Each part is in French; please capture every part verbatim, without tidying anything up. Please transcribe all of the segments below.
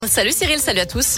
Salut Cyril, salut à tous.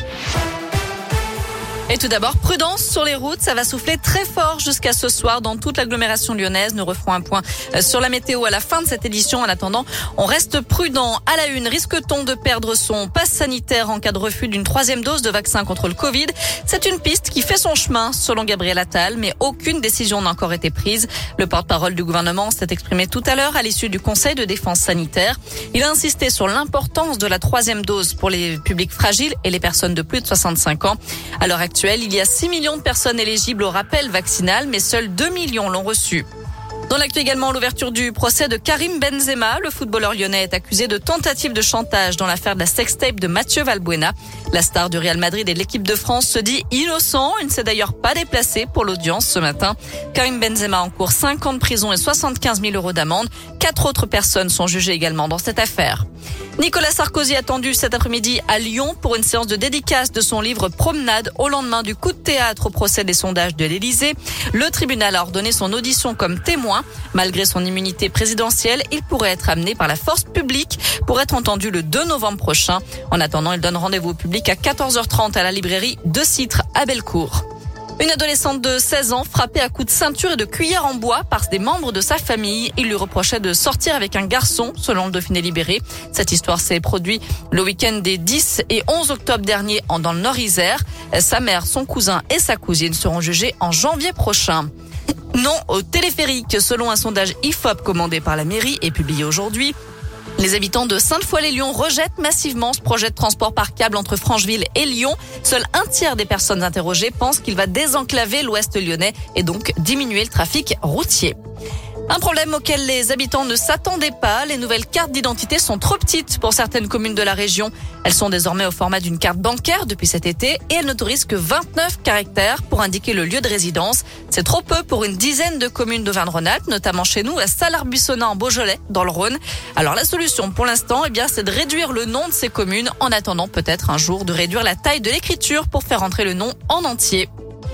Et tout d'abord, prudence sur les routes. Ça va souffler très fort jusqu'à ce soir dans toute l'agglomération lyonnaise. Nous referons un point sur la météo à la fin de cette édition. En attendant, on reste prudent. À la une, risque-t-on de perdre son passe sanitaire en cas de refus d'une troisième dose de vaccin contre le Covid? C'est une piste qui fait son chemin, selon Gabriel Attal, mais aucune décision n'a encore été prise. Le porte-parole du gouvernement s'est exprimé tout à l'heure à l'issue du Conseil de défense sanitaire. Il a insisté sur l'importance de la troisième dose pour les publics fragiles et les personnes de plus de soixante-cinq ans. À l'heure actuelle, il y a six millions de personnes éligibles au rappel vaccinal, mais seuls deux millions l'ont reçu. Dans l'actu également, l'ouverture du procès de Karim Benzema. Le footballeur lyonnais est accusé de tentative de chantage dans l'affaire de la sextape de Mathieu Valbuena. La star du Real Madrid et de l'équipe de France se dit innocent. Il ne s'est d'ailleurs pas déplacé pour l'audience ce matin. Karim Benzema encourt cinq ans de prison et soixante-quinze mille euros d'amende. Quatre autres personnes sont jugées également dans cette affaire. Nicolas Sarkozy attendu cet après-midi à Lyon pour une séance de dédicace de son livre Promenade au lendemain du coup de théâtre au procès des sondages de l'Élysée. Le tribunal a ordonné son audition comme témoin. Malgré son immunité présidentielle, il pourrait être amené par la force publique pour être entendu le deux novembre prochain. En attendant, il donne rendez-vous au public à quatorze heures trente à la librairie De Citre à Bellecour. Une adolescente de seize ans frappée à coups de ceinture et de cuillère en bois par des membres de sa famille. Il lui reprochait de sortir avec un garçon, selon le Dauphiné Libéré. Cette histoire s'est produite le week-end des dix et onze octobre dernier dans le Nord-Isère. Sa mère, son cousin et sa cousine seront jugés en janvier prochain. Non au téléphérique, selon un sondage I F O P commandé par la mairie et publié aujourd'hui. Les habitants de Sainte-Foy-les-Lyons rejettent massivement ce projet de transport par câble entre Francheville et Lyon. Seul un tiers des personnes interrogées pensent qu'il va désenclaver l'ouest lyonnais et donc diminuer le trafic routier. Un problème auquel les habitants ne s'attendaient pas. Les nouvelles cartes d'identité sont trop petites pour certaines communes de la région. Elles sont désormais au format d'une carte bancaire depuis cet été et elles n'autorisent que vingt-neuf caractères pour indiquer le lieu de résidence. C'est trop peu pour une dizaine de communes d'Auvergne-Rhône-Alpes, notamment chez nous à Salars-Buissonnas en Beaujolais, dans le Rhône. Alors la solution pour l'instant, eh bien, c'est de réduire le nom de ces communes en attendant peut-être un jour de réduire la taille de l'écriture pour faire entrer le nom en entier.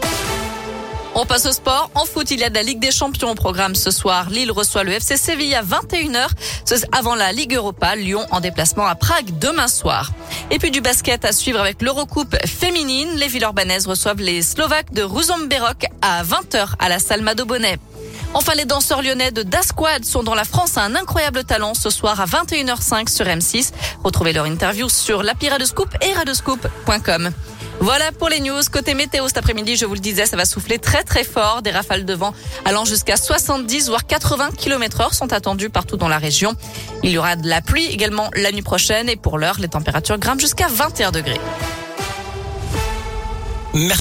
On passe au sport. En foot, il y a de la Ligue des Champions au programme ce soir. Lille reçoit le F C Séville à vingt et une heures. Avant la Ligue Europa, Lyon en déplacement à Prague demain soir. Et puis du basket à suivre avec l'Eurocoupe féminine. Les Villeurbanaises reçoivent les Slovaques de Ruzomberok à vingt heures à la salle Mado Bonnet. Enfin, les danseurs lyonnais de Da Squad sont dans la France à un incroyable talent ce soir à vingt et une heures cinq sur M six. Retrouvez leur interview sur l'appli Radioscoop et radioscoop point com. Voilà pour les news. Côté météo cet après-midi, je vous le disais, ça va souffler très très fort. Des rafales de vent allant jusqu'à soixante-dix voire quatre-vingts kilomètres heure sont attendues partout dans la région. Il y aura de la pluie également la nuit prochaine et pour l'heure, les températures grimpent jusqu'à vingt et un degrés.